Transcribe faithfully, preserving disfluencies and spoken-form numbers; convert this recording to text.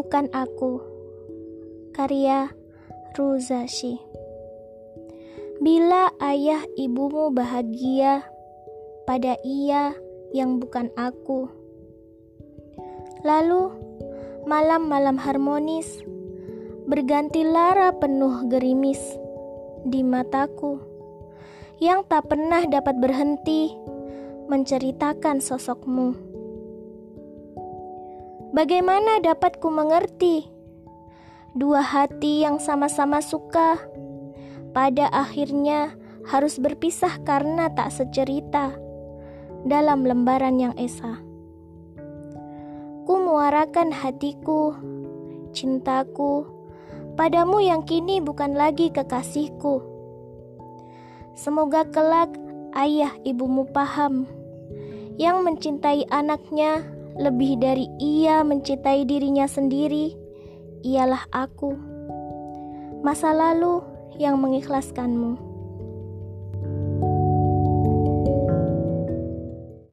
Bukan aku. Karya Ruzashi. Bila ayah ibumu bahagia pada ia yang bukan aku, lalu malam-malam harmonis berganti lara penuh gerimis di mataku yang tak pernah dapat berhenti menceritakan sosokmu. Bagaimana dapat ku mengerti dua hati yang sama-sama suka pada akhirnya harus berpisah karena tak secerita dalam lembaran yang esa. Ku muarakan hatiku, cintaku padamu yang kini bukan lagi kekasihku. Semoga kelak ayah ibumu paham, yang mencintai anaknya lebih dari ia mencintai dirinya sendiri ialah aku, masa lalu yang mengikhlaskanmu.